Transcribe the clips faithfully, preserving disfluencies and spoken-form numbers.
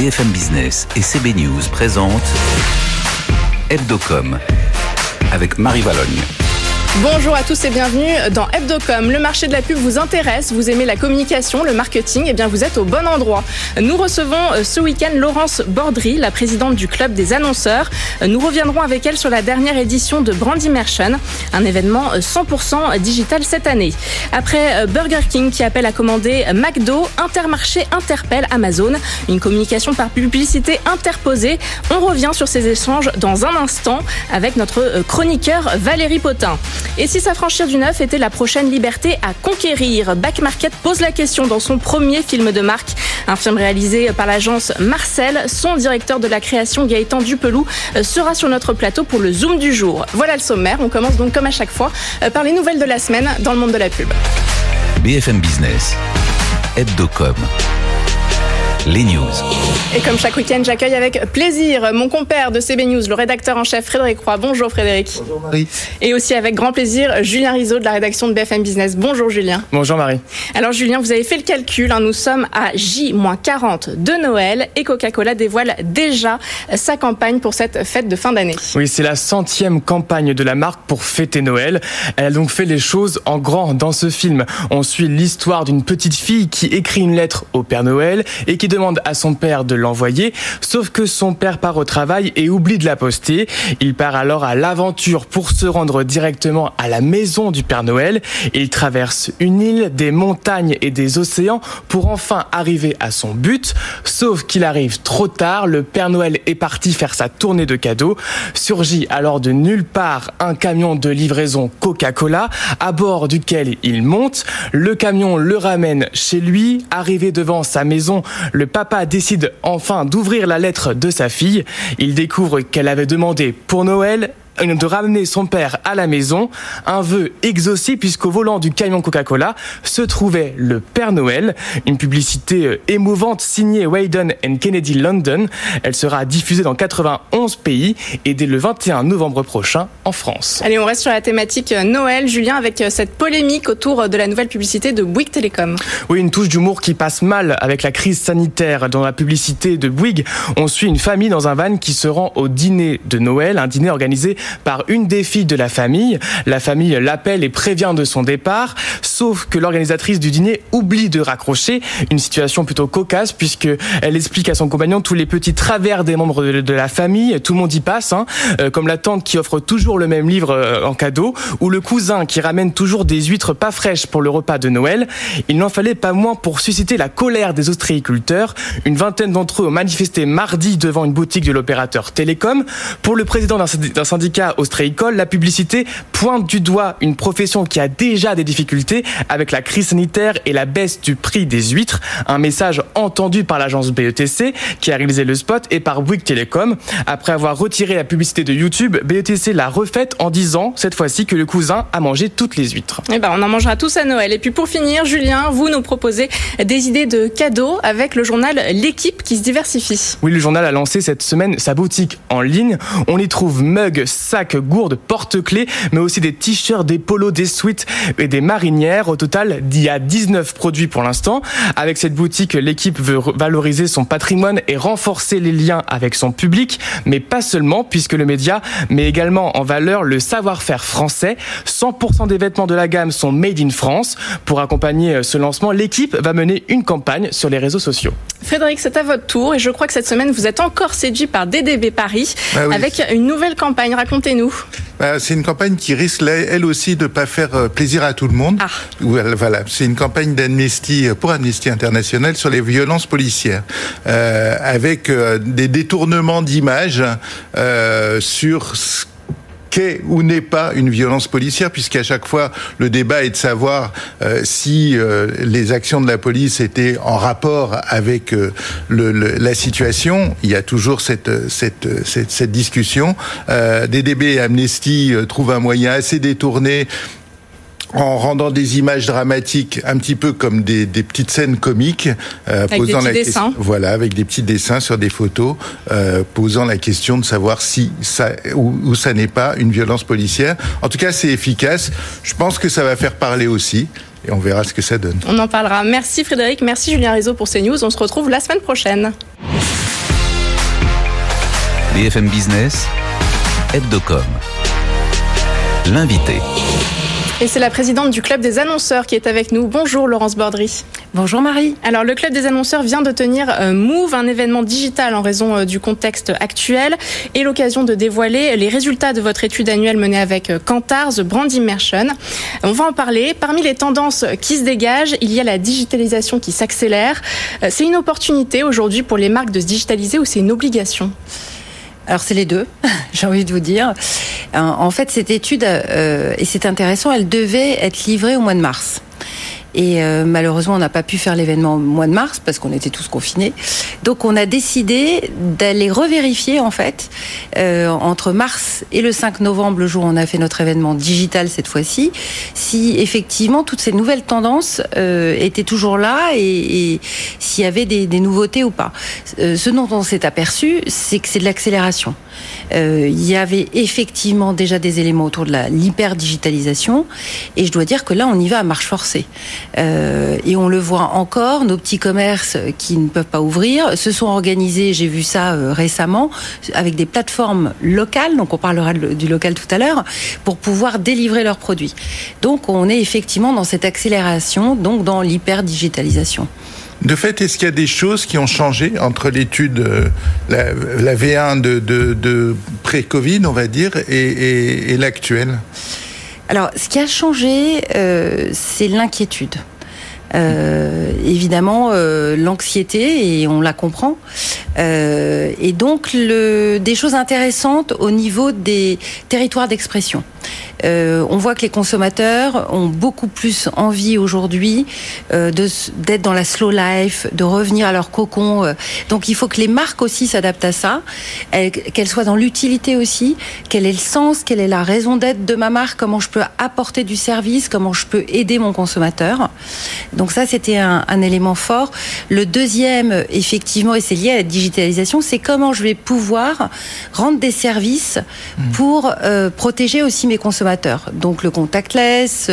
B F M Business et C B News présentent Hebdocom avec Marie Vallogne. Bonjour à tous et bienvenue dans Hebdocom. Le marché de la pub vous intéresse, vous aimez la communication, le marketing, et bien vous êtes au bon endroit. Nous recevons ce week-end Laurence Bordry, la présidente du club des annonceurs. Nous reviendrons avec elle sur la dernière édition de Brand Immersion, un événement cent pour cent digital cette année. Après Burger King qui appelle à commander McDo, Intermarché interpelle Amazon, une communication par publicité interposée. On revient sur ces échanges dans un instant avec notre chroniqueur Valérie Potin. Et si s'affranchir du neuf était la prochaine liberté à conquérir, Back Market pose la question dans son premier film de marque. Un film réalisé par l'agence Marcel. Son directeur de la création, Gaëtan Dupelou, sera sur notre plateau pour le Zoom du jour. Voilà le sommaire. On commence donc comme à chaque fois par les nouvelles de la semaine dans le monde de la pub. B F M Business, Hebdocom, les news. Et comme chaque week-end, j'accueille avec plaisir mon compère de C B News, le rédacteur en chef Frédéric Roy. Bonjour Frédéric. Bonjour Marie. Et aussi avec grand plaisir, Julien Rizzo de la rédaction de B F M Business. Bonjour Julien. Bonjour Marie. Alors Julien, vous avez fait le calcul, hein, nous sommes à J quarante de Noël et Coca-Cola dévoile déjà sa campagne pour cette fête de fin d'année. Oui, c'est la centième campagne de la marque pour fêter Noël. Elle a donc fait les choses en grand dans ce film. On suit l'histoire d'une petite fille qui écrit une lettre au Père Noël et qui demande à son père de l'envoyer, sauf que son père part au travail et oublie de la poster. Il part alors à l'aventure pour se rendre directement à la maison du Père Noël. Il traverse une île, des montagnes et des océans pour enfin arriver à son but, sauf qu'il arrive trop tard. Le Père Noël est parti faire sa tournée de cadeaux. Surgit alors de nulle part un camion de livraison Coca-Cola à bord duquel il monte. Le camion le ramène chez lui. Arrivé devant sa maison, le papa décide enfin d'ouvrir la lettre de sa fille. Il découvre qu'elle avait demandé pour Noël de ramener son père à la maison, un vœu exaucé puisqu'au volant du camion Coca-Cola se trouvait le Père Noël, une publicité émouvante signée Weydon and Kennedy London. Elle sera diffusée dans quatre-vingt-onze pays et dès le vingt et un novembre prochain en France. Allez, on reste sur la thématique Noël, Julien, avec cette polémique autour de la nouvelle publicité de Bouygues Télécom. Oui, une touche d'humour qui passe mal avec la crise sanitaire. Dans la publicité de Bouygues, on suit une famille dans un van qui se rend au dîner de Noël, un dîner organisé par une des filles de la famille. La famille l'appelle et prévient de son départ, sauf que l'organisatrice du dîner oublie de raccrocher. Une situation plutôt cocasse puisque elle explique à son compagnon tous les petits travers des membres de, de la famille. Tout le monde y passe, hein, euh, comme la tante qui offre toujours le même livre euh, en cadeau, ou le cousin qui ramène toujours des huîtres pas fraîches pour le repas de Noël. Il n'en fallait pas moins pour susciter la colère des ostréiculteurs. Une vingtaine d'entre eux ont manifesté mardi devant une boutique de l'opérateur Télécom. Pour le président d'un syndicat ostréicole, la publicité pointe du doigt une profession qui a déjà des difficultés avec la crise sanitaire et la baisse du prix des huîtres. Un message entendu par l'agence B E T C qui a réalisé le spot et par Bouygues Télécom. Après avoir retiré la publicité de YouTube, B E T C l'a refaite en disant cette fois-ci que le cousin a mangé toutes les huîtres. Eh ben, on en mangera tous à Noël. Et puis pour finir, Julien, vous nous proposez des idées de cadeaux avec le journal L'équipe qui se diversifie. Oui, le journal a lancé cette semaine sa boutique en ligne. On y trouve mugs, sacs, gourdes, porte-clés, mais aussi des t-shirts, des polos, des sweats et des marinières. Au total, il y a dix-neuf produits pour l'instant. Avec cette boutique, l'équipe veut valoriser son patrimoine et renforcer les liens avec son public, mais pas seulement, puisque le média met également en valeur le savoir-faire français. cent pour cent des vêtements de la gamme sont made in France. Pour accompagner ce lancement, l'équipe va mener une campagne sur les réseaux sociaux. Frédéric, c'est à votre tour et je crois que cette semaine, vous êtes encore séduit par D D B Paris ah oui. avec une nouvelle campagne. Racontez-nous. Bah, c'est une campagne qui risque, elle aussi, de ne pas faire plaisir à tout le monde. Ah. Voilà, c'est une campagne d'Amnesty, pour Amnesty International sur les violences policières, euh, avec euh, des détournements d'images euh, sur ce qu'est ou n'est pas une violence policière, puisqu'à chaque fois, le débat est de savoir euh, si euh, les actions de la police étaient en rapport avec euh, le, le, la situation. Il y a toujours cette, cette, cette, cette discussion. Euh, D D B et Amnesty euh, trouvent un moyen assez détourné en rendant des images dramatiques, un petit peu comme des, des petites scènes comiques, euh, avec posant des petits la dessins. question, voilà, avec des petits dessins sur des photos, euh, posant la question de savoir si ça ou, ou ça n'est pas une violence policière. En tout cas, c'est efficace. Je pense que ça va faire parler aussi. Et on verra ce que ça donne. On en parlera. Merci Frédéric, merci Julien Rizzo pour ces news. On se retrouve la semaine prochaine. B F M Business, Hebdocom. L'invité. Et c'est la présidente du Club des annonceurs qui est avec nous. Bonjour Laurence Bordry. Bonjour Marie. Alors le Club des annonceurs vient de tenir euh, Move, un événement digital en raison euh, du contexte actuel, et l'occasion de dévoiler les résultats de votre étude annuelle menée avec euh, Kantar, The Brand Immersion. On va en parler. Parmi les tendances qui se dégagent, il y a la digitalisation qui s'accélère. Euh, c'est une opportunité aujourd'hui pour les marques de se digitaliser ou c'est une obligation ? Alors c'est les deux, j'ai envie de vous dire. En fait, cette étude, euh, et c'est intéressant, elle devait être livrée au mois de mars. Et euh, malheureusement, on n'a pas pu faire l'événement au mois de mars parce qu'on était tous confinés. Donc, on a décidé d'aller revérifier, en fait, euh, entre mars et le cinq novembre, le jour où on a fait notre événement digital cette fois-ci, si effectivement toutes ces nouvelles tendances euh, étaient toujours là et, et s'il y avait des, des nouveautés ou pas. Euh, ce dont on s'est aperçu, c'est que c'est de l'accélération. Euh, il y avait effectivement déjà des éléments autour de la l'hyper-digitalisation et je dois dire que là, on y va à marche forcée. Euh, et on le voit encore, nos petits commerces qui ne peuvent pas ouvrir se sont organisés, j'ai vu ça euh, récemment, avec des plateformes locales, donc on parlera de, du local tout à l'heure, pour pouvoir délivrer leurs produits. Donc on est effectivement dans cette accélération, donc dans l'hyper-digitalisation. De fait, est-ce qu'il y a des choses qui ont changé entre l'étude, euh, la, la V un de, de, de pré-Covid, on va dire, et, et, et l'actuelle ? Alors, ce qui a changé, euh, c'est l'inquiétude. Euh, évidemment, euh, l'anxiété, et on la comprend. Euh, et donc, le, des choses intéressantes au niveau des territoires d'expression. Euh, on voit que les consommateurs ont beaucoup plus envie aujourd'hui euh, de, d'être dans la slow life, de revenir à leur cocon. Euh. Donc il faut que les marques aussi s'adaptent à ça, elles, qu'elles soient dans l'utilité aussi, quel est le sens, quelle est la raison d'être de ma marque, comment je peux apporter du service, comment je peux aider mon consommateur. Donc ça, c'était un, un élément fort. Le deuxième, effectivement, et c'est lié à la digitalisation, c'est comment je vais pouvoir rendre des services pour euh, protéger aussi mes consommateurs. Donc le contactless,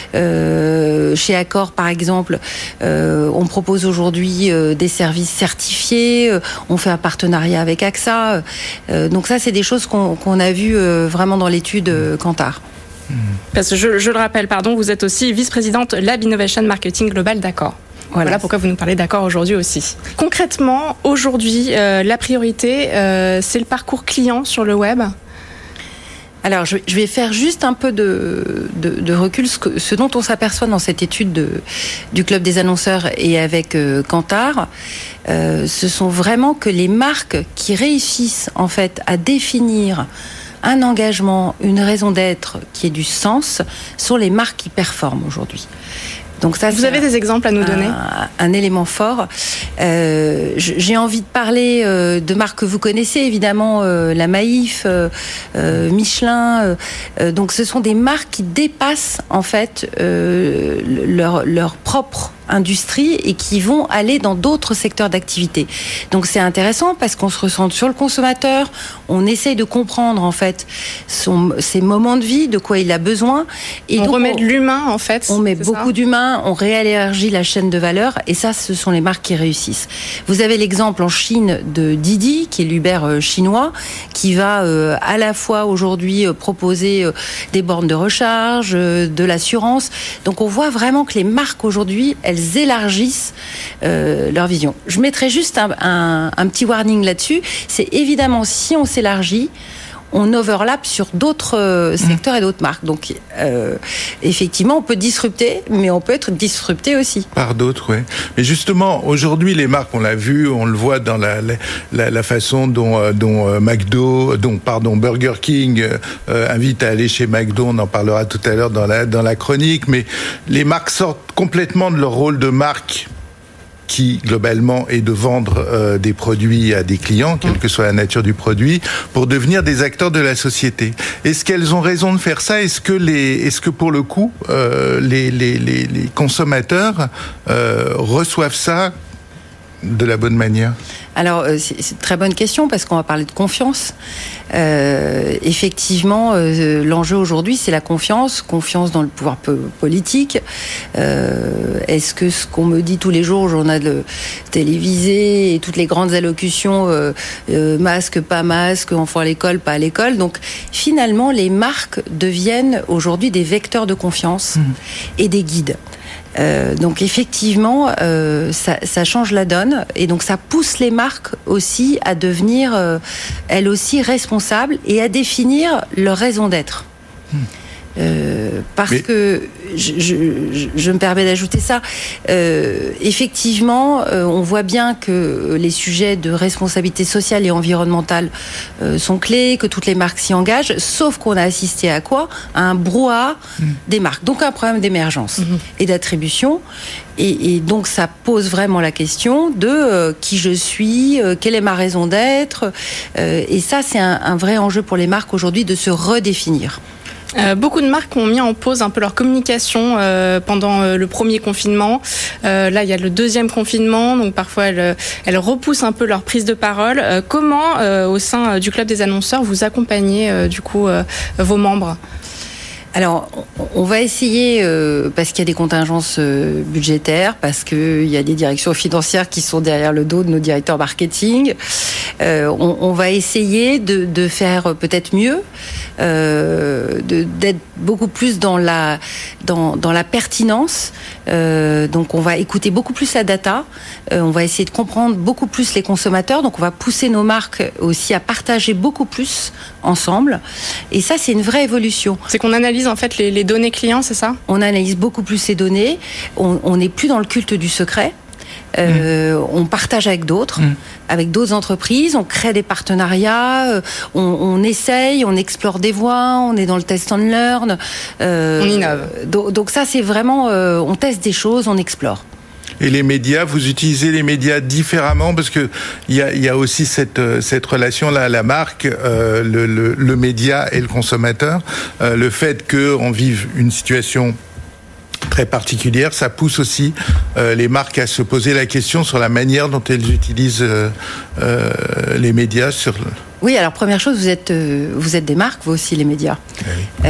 euh, chez Accor par exemple, euh, on propose aujourd'hui euh, des services certifiés, euh, on fait un partenariat avec A X A, euh, donc ça c'est des choses qu'on, qu'on a vues euh, vraiment dans l'étude euh, Kantar. Parce que je, je le rappelle, pardon, vous êtes aussi vice-présidente Lab Innovation Marketing Global d'Accor. Voilà. voilà pourquoi vous nous parlez d'Accor aujourd'hui aussi. Concrètement, aujourd'hui, euh, la priorité, euh, c'est le parcours client sur le web. Alors, je vais faire juste un peu de, de, de recul. Ce, que, ce dont on s'aperçoit dans cette étude de, du Club des annonceurs et avec euh, Kantar, euh, ce sont vraiment que les marques qui réussissent en fait à définir un engagement, une raison d'être qui ait du sens, sont les marques qui performent aujourd'hui. Donc ça, vous avez des exemples à nous donner ? Un, un élément fort. Euh, j'ai envie de parler euh, de marques que vous connaissez, évidemment, euh, la Maïf, euh, euh, Michelin. Euh, donc ce sont des marques qui dépassent en fait euh, leur, leur propre industrie et qui vont aller dans d'autres secteurs d'activité. Donc c'est intéressant parce qu'on se ressent sur le consommateur, on essaye de comprendre en fait son, ses moments de vie, de quoi il a besoin. Et on donc remet on, de l'humain en fait. On met beaucoup ça d'humain, on réélargit la chaîne de valeur et ça ce sont les marques qui réussissent. Vous avez l'exemple en Chine de Didi qui est l'Uber chinois qui va euh, à la fois aujourd'hui euh, proposer euh, des bornes de recharge, euh, de l'assurance. Donc on voit vraiment que les marques aujourd'hui elles Elles élargissent euh, leur vision. Je mettrai juste un, un, un petit warning là-dessus. C'est évidemment, si on s'élargit, on overlap sur d'autres euh, secteurs et d'autres marques. Donc, euh, effectivement, on peut disrupter, mais on peut être disrupté aussi. Par d'autres, oui. Mais justement, aujourd'hui, les marques, on l'a vu, on le voit dans la, la, la façon dont, dont euh, McDo, dont, pardon, Burger King euh, invite à aller chez McDo, on en parlera tout à l'heure dans la, dans la chronique, mais les marques sortent complètement de leur rôle de marque qui, globalement, est de vendre euh, des produits à des clients, quelle que soit la nature du produit, pour devenir des acteurs de la société. Est-ce qu'elles ont raison de faire ça ? Est-ce que, les, est-ce que pour le coup, euh, les, les, les, les consommateurs euh, reçoivent ça de la bonne manière ? Alors, c'est, c'est une très bonne question parce qu'on va parler de confiance. Euh, effectivement, euh, l'enjeu aujourd'hui, c'est la confiance, confiance dans le pouvoir po- politique. Euh, est-ce que ce qu'on me dit tous les jours au journal télévisé et toutes les grandes allocutions, euh, euh, masque, pas masque, enfant à l'école, pas à l'école. Donc, finalement, les marques deviennent aujourd'hui des vecteurs de confiance mmh. et des guides. Euh, donc effectivement, euh, ça, ça change la donne et donc ça pousse les marques aussi à devenir euh, elles aussi responsables et à définir leur raison d'être. Mmh. Euh, parce Mais... que je, je, je me permets d'ajouter ça. Euh, effectivement, euh, on voit bien que les sujets de responsabilité sociale et environnementale euh, sont clés, que toutes les marques s'y engagent. Sauf qu'on a assisté à quoi ? À un brouhaha mmh. des marques. Donc un problème d'émergence mmh. et d'attribution. Et, et donc ça pose vraiment la question de euh, qui je suis, euh, quelle est ma raison d'être. Euh, et ça, c'est un, un vrai enjeu pour les marques aujourd'hui de se redéfinir. Euh, beaucoup de marques ont mis en pause un peu leur communication euh, pendant euh, le premier confinement. Euh, là, il y a le deuxième confinement, donc parfois elles, elles repoussent un peu leur prise de parole. Euh, comment, euh, au sein du Club des annonceurs, vous accompagnez euh, du coup euh, vos membres ? Alors, on va essayer, euh, parce qu'il y a des contingences euh, budgétaires, parce qu'il y a des directions financières qui sont derrière le dos de nos directeurs marketing, euh, on, on va essayer de, de faire peut-être mieux, euh, de, d'être beaucoup plus dans la, dans, dans la pertinence. Euh, donc, on va écouter beaucoup plus la data, euh, on va essayer de comprendre beaucoup plus les consommateurs, donc on va pousser nos marques aussi à partager beaucoup plus ensemble. Et ça, c'est une vraie évolution. C'est qu'on analyse en fait les, les données clients, c'est ça ? On analyse beaucoup plus ces données. On n'est plus dans le culte du secret. Euh, mmh. On partage avec d'autres, mmh. avec d'autres entreprises. On crée des partenariats. Euh, on, on essaye, on explore des voies. On est dans le test and learn. Euh, on innove. Donc, donc ça, c'est vraiment, euh, on teste des choses, on explore. Et les médias, vous utilisez les médias différemment parce que il y a, y a aussi cette cette relation là, la marque, euh, le, le, le média et le consommateur. Euh, le fait qu'on vive une situation très particulière, ça pousse aussi euh, les marques à se poser la question sur la manière dont elles utilisent euh, euh, les médias sur. Oui, alors première chose, vous êtes euh, vous êtes des marques, vous aussi les médias. Oui.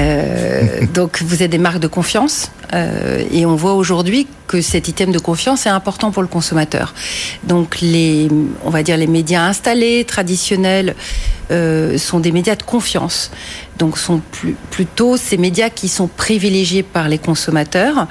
Euh, donc vous êtes des marques de confiance euh, et on voit aujourd'hui que cet item de confiance est important pour le consommateur. Donc les, on va dire les médias installés, traditionnels, euh, sont des médias de confiance. Donc sont plus, plutôt ces médias qui sont privilégiés par les consommateurs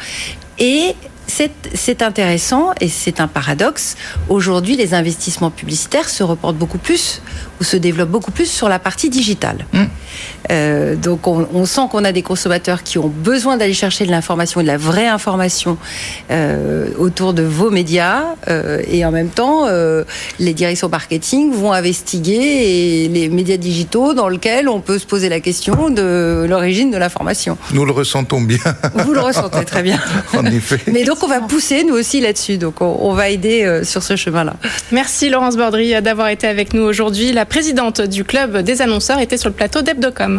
et C'est, c'est intéressant et c'est un paradoxe. Aujourd'hui, les investissements publicitaires se reportent beaucoup plus ou se développent beaucoup plus sur la partie digitale. Mmh. Euh, donc, on, on sent qu'on a des consommateurs qui ont besoin d'aller chercher de l'information et de la vraie information euh, autour de vos médias euh, et en même temps, euh, les directions marketing vont investiguer et les médias digitaux dans lesquels on peut se poser la question de l'origine de l'information. Nous le ressentons bien. Vous le ressentez très bien. En effet. Mais donc, on va pousser, nous aussi, là-dessus. Donc, on, on va aider euh, sur ce chemin-là. Merci, Laurence Bordry, d'avoir été avec nous aujourd'hui. La présidente du Club des annonceurs était sur le plateau d'Hebdocom.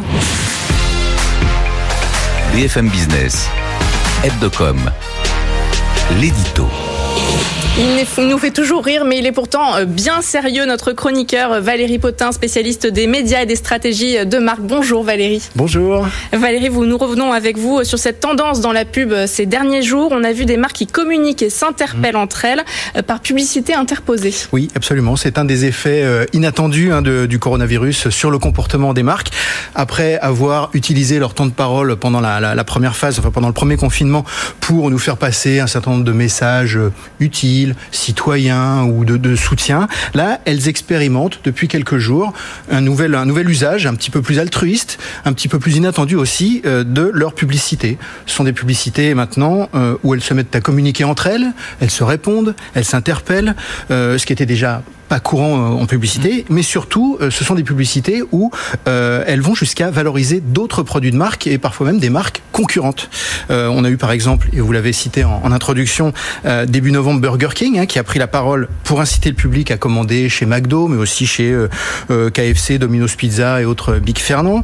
B F M Business, Hebdocom, l'édito. Il nous fait toujours rire, mais il est pourtant bien sérieux, notre chroniqueur Valérie Potin, spécialiste des médias et des stratégies de marque. Bonjour Valérie. Bonjour. Valérie, vous, nous revenons avec vous sur cette tendance dans la pub ces derniers jours. On a vu des marques qui communiquent et s'interpellent mmh. entre elles par publicité interposée. Oui, absolument. C'est un des effets inattendus hein, de, du coronavirus sur le comportement des marques. Après avoir utilisé leur temps de parole pendant la, la, la première phase, enfin pendant le premier confinement, pour nous faire passer un certain nombre de messages utiles, citoyens ou de, de soutien. Là, elles expérimentent depuis quelques jours un nouvel, un nouvel usage, un petit peu plus altruiste, un petit peu plus inattendu aussi euh, de leur publicité. Ce sont des publicités maintenant euh, où elles se mettent à communiquer entre elles, elles se répondent, elles s'interpellent, euh, ce qui était déjà pas courant en publicité, mais surtout, ce sont des publicités où euh, elles vont jusqu'à valoriser d'autres produits de marque et parfois même des marques concurrentes. Euh, on a eu par exemple, et vous l'avez cité en, en introduction, euh, début novembre, Burger King, hein, qui a pris la parole pour inciter le public à commander chez McDo, mais aussi chez euh, euh, K F C, Domino's Pizza et autres Big Fernand.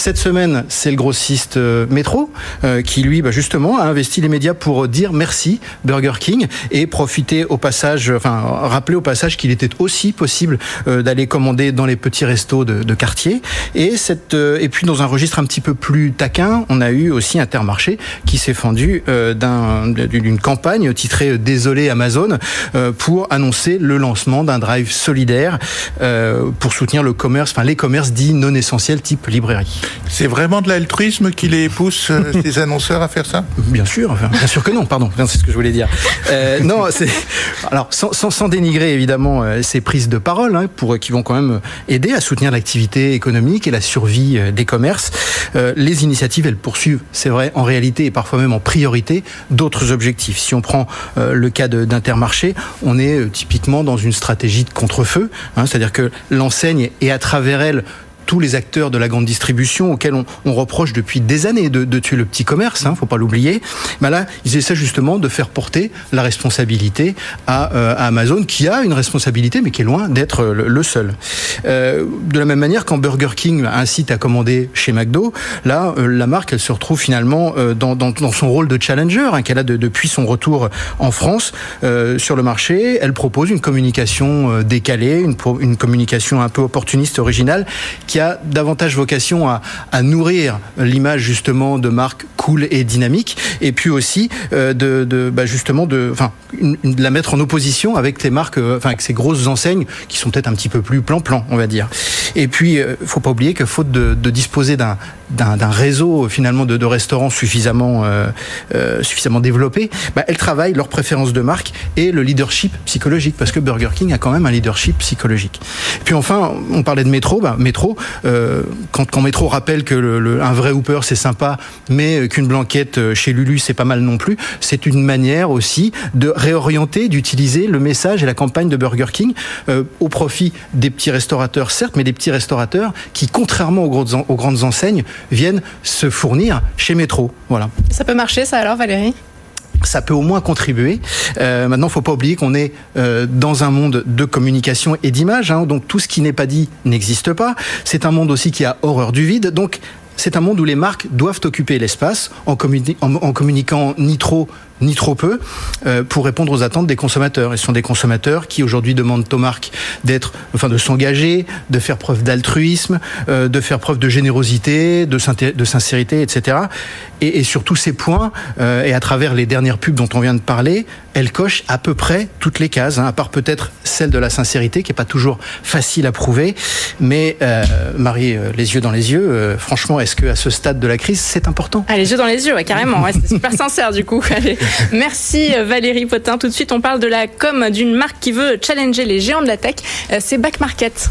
Cette semaine, c'est le grossiste euh, Métro euh, qui, lui, bah, justement, a investi les médias pour dire merci Burger King et profiter au passage, enfin, rappeler au passage qu'il était aussi possible euh, d'aller commander dans les petits restos de, de quartier. Et, cette, euh, et puis, dans un registre un petit peu plus taquin, on a eu aussi Intermarché qui s'est fendu euh, d'un, d'une campagne titrée « Désolé Amazon » euh, pour annoncer le lancement d'un drive solidaire euh, pour soutenir le commerce, enfin les commerces dits non essentiels type librairie. C'est vraiment de l'altruisme qui les pousse, euh, ces annonceurs, à faire ça ? Bien sûr, enfin, bien sûr que non, pardon, c'est ce que je voulais dire. Euh, non, c'est alors sans, sans, sans dénigrer évidemment euh, ces prises de parole hein, pour qui vont quand même aider à soutenir l'activité économique et la survie euh, des commerces. Euh, les initiatives, elles poursuivent, c'est vrai, en réalité et parfois même en priorité, d'autres objectifs. Si on prend euh, le cas de, d'Intermarché, on est euh, typiquement dans une stratégie de contre-feu, hein, c'est-à-dire que l'enseigne et à travers elle tous les acteurs de la grande distribution auxquels on, on reproche depuis des années de, de tuer le petit commerce, hein, faut pas l'oublier. Ben là, ils essaient justement de faire porter la responsabilité à, euh, à Amazon, qui a une responsabilité, mais qui est loin d'être le, le seul. Euh, de la même manière, quand Burger King incite à commander chez McDo, là, euh, la marque, elle se retrouve finalement euh, dans, dans, dans son rôle de challenger, hein, qu'elle a de, depuis son retour en France euh, sur le marché. Elle propose une communication euh, décalée, une, une communication un peu opportuniste, originale, qui a davantage vocation à, à nourrir l'image justement de marques cool et dynamiques, et puis aussi euh, de, de bah justement de, enfin, une, une, de la mettre en opposition avec les marques, euh, enfin avec ces grosses enseignes qui sont peut-être un petit peu plus plan-plan, on va dire. Et puis, euh, faut pas oublier que faute de, de disposer d'un, d'un, d'un réseau finalement de, de restaurants suffisamment euh, euh, suffisamment développé, bah, elles travaillent leur préférence de marque et le leadership psychologique, parce que Burger King a quand même un leadership psychologique. Et puis enfin, on parlait de Métro, bah, Métro. Euh, quand, quand Métro rappelle que le, le, un vrai Whopper c'est sympa, mais qu'une blanquette chez Lulu c'est pas mal non plus, c'est une manière aussi de réorienter, d'utiliser le message et la campagne de Burger King euh, au profit des petits restaurateurs, certes, mais des petits restaurateurs qui, contrairement aux, gros, aux grandes enseignes, viennent se fournir chez Métro. Voilà. Ça peut marcher, ça alors, Valérie ? Ça peut au moins contribuer. Euh, maintenant, faut pas oublier qu'on est euh, dans un monde de communication et d'image, hein, donc tout ce qui n'est pas dit n'existe pas. C'est un monde aussi qui a horreur du vide, donc c'est un monde où les marques doivent occuper l'espace en, communi- en, en communiquant ni trop ni trop peu, euh, pour répondre aux attentes des consommateurs. Et ce sont des consommateurs qui aujourd'hui demandent aux marques d'être, enfin, de s'engager, de faire preuve d'altruisme, euh, de faire preuve de générosité, de, synthé- de sincérité, et cetera. Et, et sur tous ces points, euh, et à travers les dernières pubs dont on vient de parler, elles cochent à peu près toutes les cases, hein, à part peut-être celle de la sincérité, qui est pas toujours facile à prouver. Mais euh, Marie, euh, les yeux dans les yeux, euh, franchement, est-ce que à ce stade de la crise, c'est important ? Ah, les yeux dans les yeux, ouais, carrément. Ouais, c'est super sincère du coup. Allez. Merci Valérie Potin. Tout de suite, on parle de la com d'une marque qui veut challenger les géants de la tech. C'est Back Market.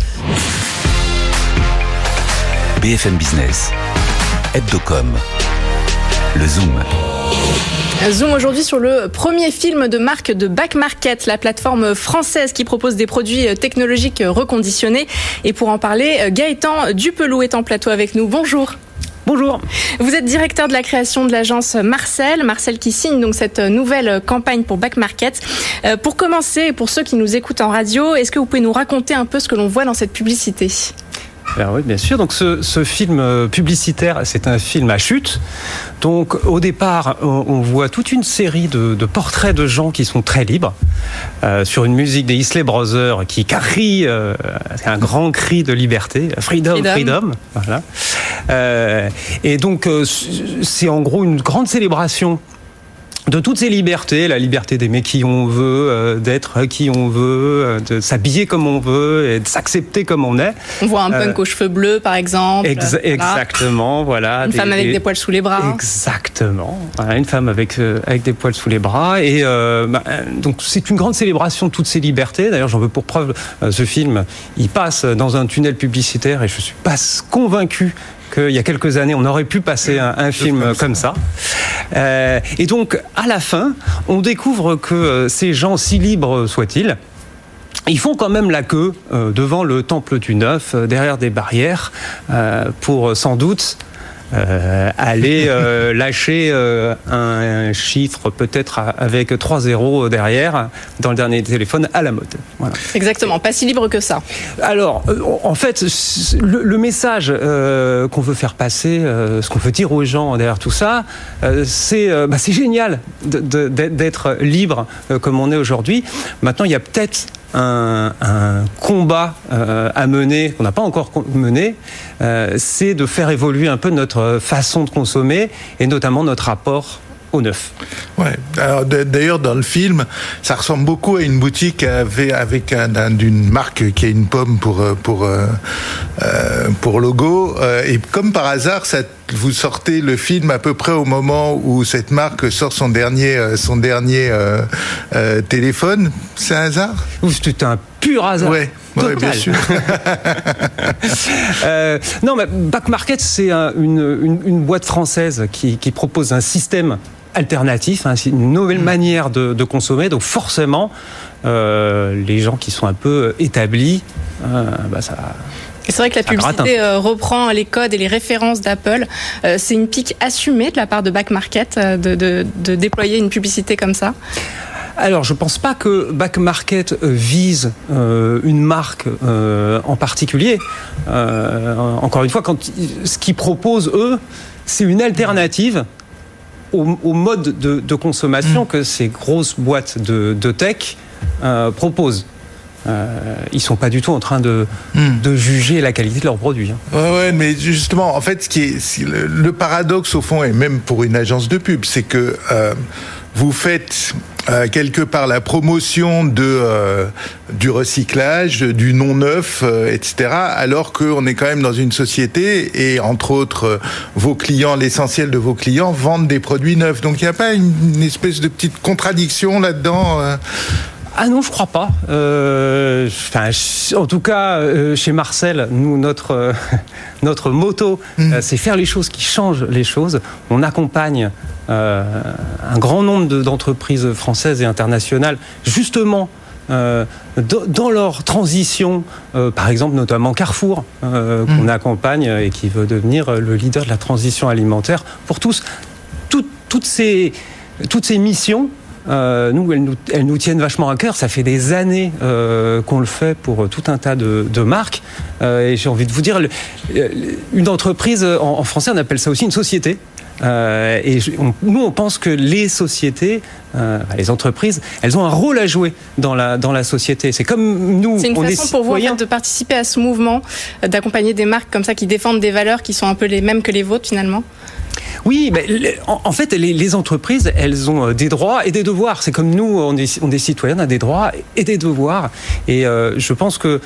B F M Business, Hebdocom, le Zoom. Zoom aujourd'hui sur le premier film de marque de Back Market, la plateforme française qui propose des produits technologiques reconditionnés. Et pour en parler, Gaëtan Dupelou est en plateau avec nous. Bonjour. Bonjour. Vous êtes directeur de la création de l'agence Marcel. Marcel qui signe donc cette nouvelle campagne pour Back Market. Euh, pour commencer, pour ceux qui nous écoutent en radio, est-ce que vous pouvez nous raconter un peu ce que l'on voit dans cette publicité ? Alors oui, bien sûr. Donc ce, ce film publicitaire, c'est un film à chute. Donc au départ, on, on voit toute une série de, de portraits de gens qui sont très libres, euh, sur une musique des Isley Brothers qui crie euh, un grand cri de liberté, freedom, freedom. freedom voilà. Euh, et donc euh, c'est en gros une grande célébration de toutes ces libertés, la liberté d'aimer qui on veut, euh, d'être qui on veut, euh, de s'habiller comme on veut et de s'accepter comme on est. On voit un punk euh, aux cheveux bleus, par exemple. Ex- voilà. Exactement, voilà. Une des, femme avec des... des poils sous les bras. Exactement. Voilà, une femme avec euh, avec des poils sous les bras. Et euh, bah, donc c'est une grande célébration de toutes ces libertés. D'ailleurs, j'en veux pour preuve, euh, ce film, il passe dans un tunnel publicitaire et je suis pas convaincu qu'il y a quelques années, on aurait pu passer un, un film comme ça. Comme ça. Euh, et donc, à la fin, on découvre que euh, ces gens, si libres soient-ils, ils font quand même la queue euh, devant le Temple du Neuf, euh, derrière des barrières, euh, pour sans doute euh, aller euh, lâcher euh, un, un chiffre peut-être avec trois zéros derrière dans le dernier téléphone à la mode. Voilà. Exactement, pas si libre que ça. Alors, euh, en fait, le, le message euh, qu'on veut faire passer, euh, ce qu'on veut dire aux gens derrière tout ça, euh, c'est, euh, bah, c'est génial de, de, d'être libre euh, comme on est aujourd'hui. Maintenant, il y a peut-être Un, un combat euh, à mener, qu'on n'a pas encore mené, euh, c'est de faire évoluer un peu notre façon de consommer et notamment notre rapport au neuf. Ouais. Alors d'ailleurs dans le film, ça ressemble beaucoup à une boutique avec, avec un, un, d'une marque qui a une pomme pour pour euh, pour logo. Et comme par hasard, ça, vous sortez le film à peu près au moment où cette marque sort son dernier son dernier euh, euh, téléphone. C'est un hasard ? C'est un pur hasard. Ouais. Oui, bien sûr. euh, non, mais Back Market, c'est un, une, une, une boîte française qui, qui propose un système alternatif, hein, c'est une nouvelle manière de, de consommer. Donc forcément, euh, les gens qui sont un peu établis, euh, bah ça... Et c'est vrai que la publicité euh, reprend les codes et les références d'Apple. Euh, c'est une pique assumée de la part de Back Market euh, de, de, de déployer une publicité comme ça. Alors, je ne pense pas que Back Market vise euh, une marque euh, en particulier. Euh, encore une fois, quand, ce qu'ils proposent, eux, c'est une alternative au, au mode de, de consommation mmh. que ces grosses boîtes de, de tech euh, proposent. Euh, ils ne sont pas du tout en train de, mmh. de juger la qualité de leurs produits. Hein. Ouais, ouais, mais justement, en fait, ce qui est, le, le paradoxe, au fond, et même pour une agence de pub, c'est que euh, vous faites euh, quelque part la promotion de euh, du recyclage, du non neuf, euh, et cetera. Alors qu'on est quand même dans une société et entre autres euh, vos clients, l'essentiel de vos clients vendent des produits neufs. Donc il n'y a pas une, une espèce de petite contradiction là-dedans. Euh... Ah non, je crois pas. Euh, enfin, en tout cas, euh, chez Marcel, nous, notre euh, notre motto, mmh. euh, c'est faire les choses qui changent les choses. On accompagne euh, un grand nombre de, d'entreprises françaises et internationales, justement. Euh, dans leur transition, euh, par exemple notamment Carrefour, euh, mmh. qu'on accompagne et qui veut devenir le leader de la transition alimentaire pour tous. Tout, toutes ces toutes ces missions. Euh, nous, elles nous, elles nous tiennent vachement à cœur. Ça fait des années euh, qu'on le fait pour tout un tas de, de marques. Euh, et j'ai envie de vous dire, le, une entreprise, en, en français, on appelle ça aussi une société. Euh, et on, nous, on pense que les sociétés, euh, les entreprises, elles ont un rôle à jouer dans la dans la société. C'est comme nous. C'est une on façon est pour vous en fait, de participer à ce mouvement, d'accompagner des marques comme ça qui défendent des valeurs qui sont un peu les mêmes que les vôtres finalement. Oui, mais en fait, les, les entreprises, elles ont des droits et des devoirs. C'est comme nous, on est, on est citoyens, on a des droits et des devoirs. Et euh, je pense que,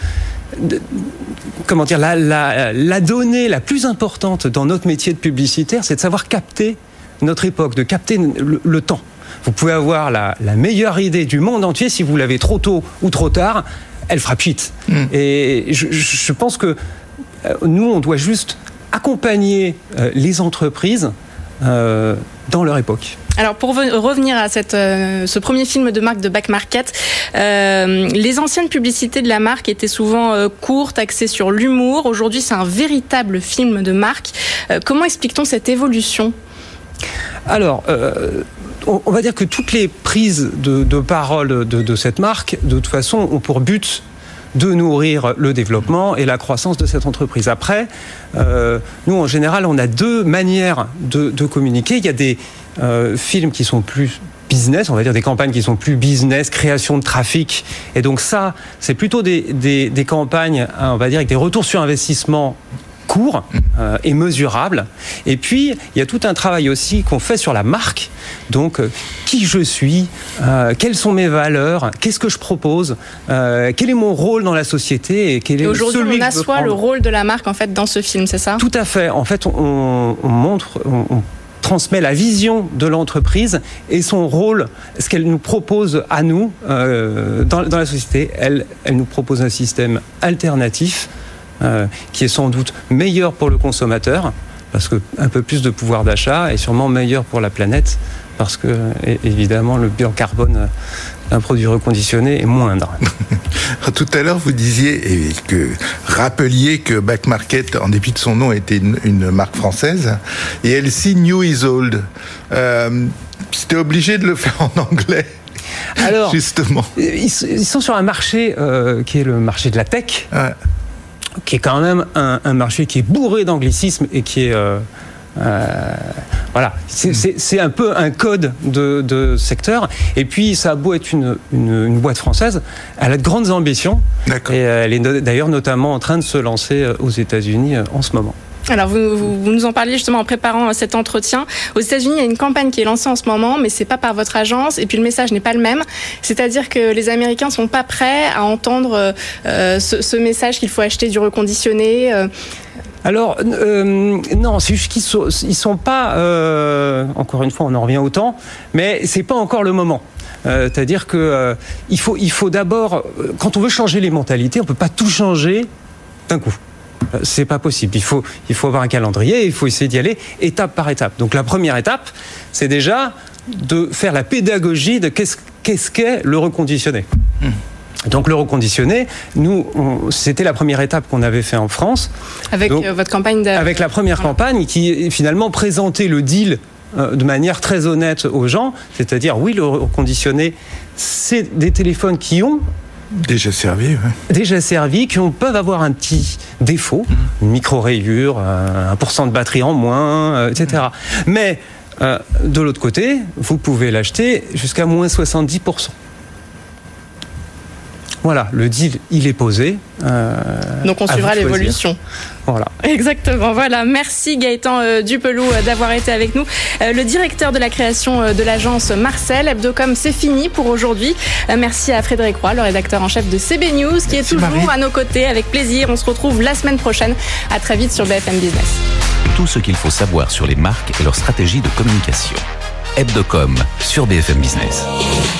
comment dire, la, la, la donnée la plus importante dans notre métier de publicitaire, c'est de savoir capter notre époque, de capter le, le temps. Vous pouvez avoir la, la meilleure idée du monde entier, si vous l'avez trop tôt ou trop tard, elle fera pchit. Mmh. Et je, je pense que nous, on doit juste accompagner euh, les entreprises euh, dans leur époque. Alors pour revenir à cette, euh, ce premier film de marque de Back Market, euh, les anciennes publicités de la marque étaient souvent euh, courtes, axées sur l'humour. Aujourd'hui, c'est un véritable film de marque. Euh, comment explique-t-on cette évolution ? Alors, euh, on, on va dire que toutes les prises de, de parole de, de cette marque, de toute façon, ont pour but de nourrir le développement et la croissance de cette entreprise. Après, euh, nous, en général, on a deux manières de, de communiquer. Il y a des euh, films qui sont plus business, on va dire des campagnes qui sont plus business, création de trafic. Et donc ça, c'est plutôt des, des, des campagnes, on va dire, avec des retours sur investissement court euh, et mesurable. Et puis, il y a tout un travail aussi qu'on fait sur la marque. Donc, euh, qui je suis, euh, quelles sont mes valeurs, qu'est-ce que je propose, euh, quel est mon rôle dans la société et quel est et aujourd'hui, celui on assoit le rôle de la marque en fait dans ce film, c'est ça ? Tout à fait. En fait, on, on montre, on, on transmet la vision de l'entreprise et son rôle, ce qu'elle nous propose à nous euh, dans, dans la société. Elle, elle nous propose un système alternatif. Euh, qui est sans doute meilleur pour le consommateur, parce qu'un peu plus de pouvoir d'achat est sûrement meilleur pour la planète parce que évidemment le bilan carbone d'un produit reconditionné est moindre. Tout à l'heure, vous disiez et que rappeliez que Back Market, en dépit de son nom, était une, une marque française, et elle signe New is Old. Euh, c'était obligé de le faire en anglais. Alors, justement, ils sont sur un marché euh, qui est le marché de la tech, ouais. qui est quand même un, un marché qui est bourré d'anglicismes et qui est euh, Euh, voilà, c'est, c'est, c'est un peu un code de, de secteur. Et puis, ça a beau être une, une, une boîte française, elle a de grandes ambitions. D'accord. Et elle est no- d'ailleurs notamment en train de se lancer aux États-Unis en ce moment. Alors, vous, vous, vous nous en parliez justement en préparant cet entretien. Aux États-Unis, il y a une campagne qui est lancée en ce moment, mais c'est pas par votre agence. Et puis, le message n'est pas le même. C'est-à-dire que les Américains sont pas prêts à entendre euh, ce, ce message qu'il faut acheter du reconditionné. Euh, Alors, euh, non, c'est juste qu'ils sont, ils sont pas, euh, encore une fois, on en revient au temps, mais c'est pas encore le moment. Euh, c'est-à-dire que euh, il faut, il faut d'abord, quand on veut changer les mentalités, on peut pas tout changer d'un coup. C'est pas possible. Il faut, il faut avoir un calendrier, il faut essayer d'y aller étape par étape. Donc, la première étape, c'est déjà de faire la pédagogie de qu'est-ce, qu'est-ce qu'est le reconditionné. Mmh. Donc le reconditionné, nous, on, c'était la première étape qu'on avait fait en France. Avec Donc, euh, votre campagne de... Avec la première voilà. campagne qui finalement présentait le deal euh, de manière très honnête aux gens. C'est-à-dire, oui, le reconditionné, c'est des téléphones qui ont... Déjà servi, ouais. Déjà servi, qui ont, peuvent avoir un petit défaut, mmh. une micro-rayure, un pour cent de batterie en moins, euh, et cetera. Mmh. Mais euh, de l'autre côté, vous pouvez l'acheter jusqu'à moins soixante-dix pour cent. Voilà, le deal, il est posé. Euh, Donc on suivra l'évolution. Voilà. Exactement. Voilà. Merci Gaëtan euh, Dupelou euh, d'avoir été avec nous. Euh, le directeur de la création euh, de l'agence Marcel. Hebdocom, c'est fini pour aujourd'hui. Euh, merci à Frédéric Roy, le rédacteur en chef de C B News, qui merci est toujours Marie. À nos côtés avec plaisir. On se retrouve la semaine prochaine. À très vite sur B F M Business. Tout ce qu'il faut savoir sur les marques et leur stratégie de communication. Hebdocom sur B F M Business.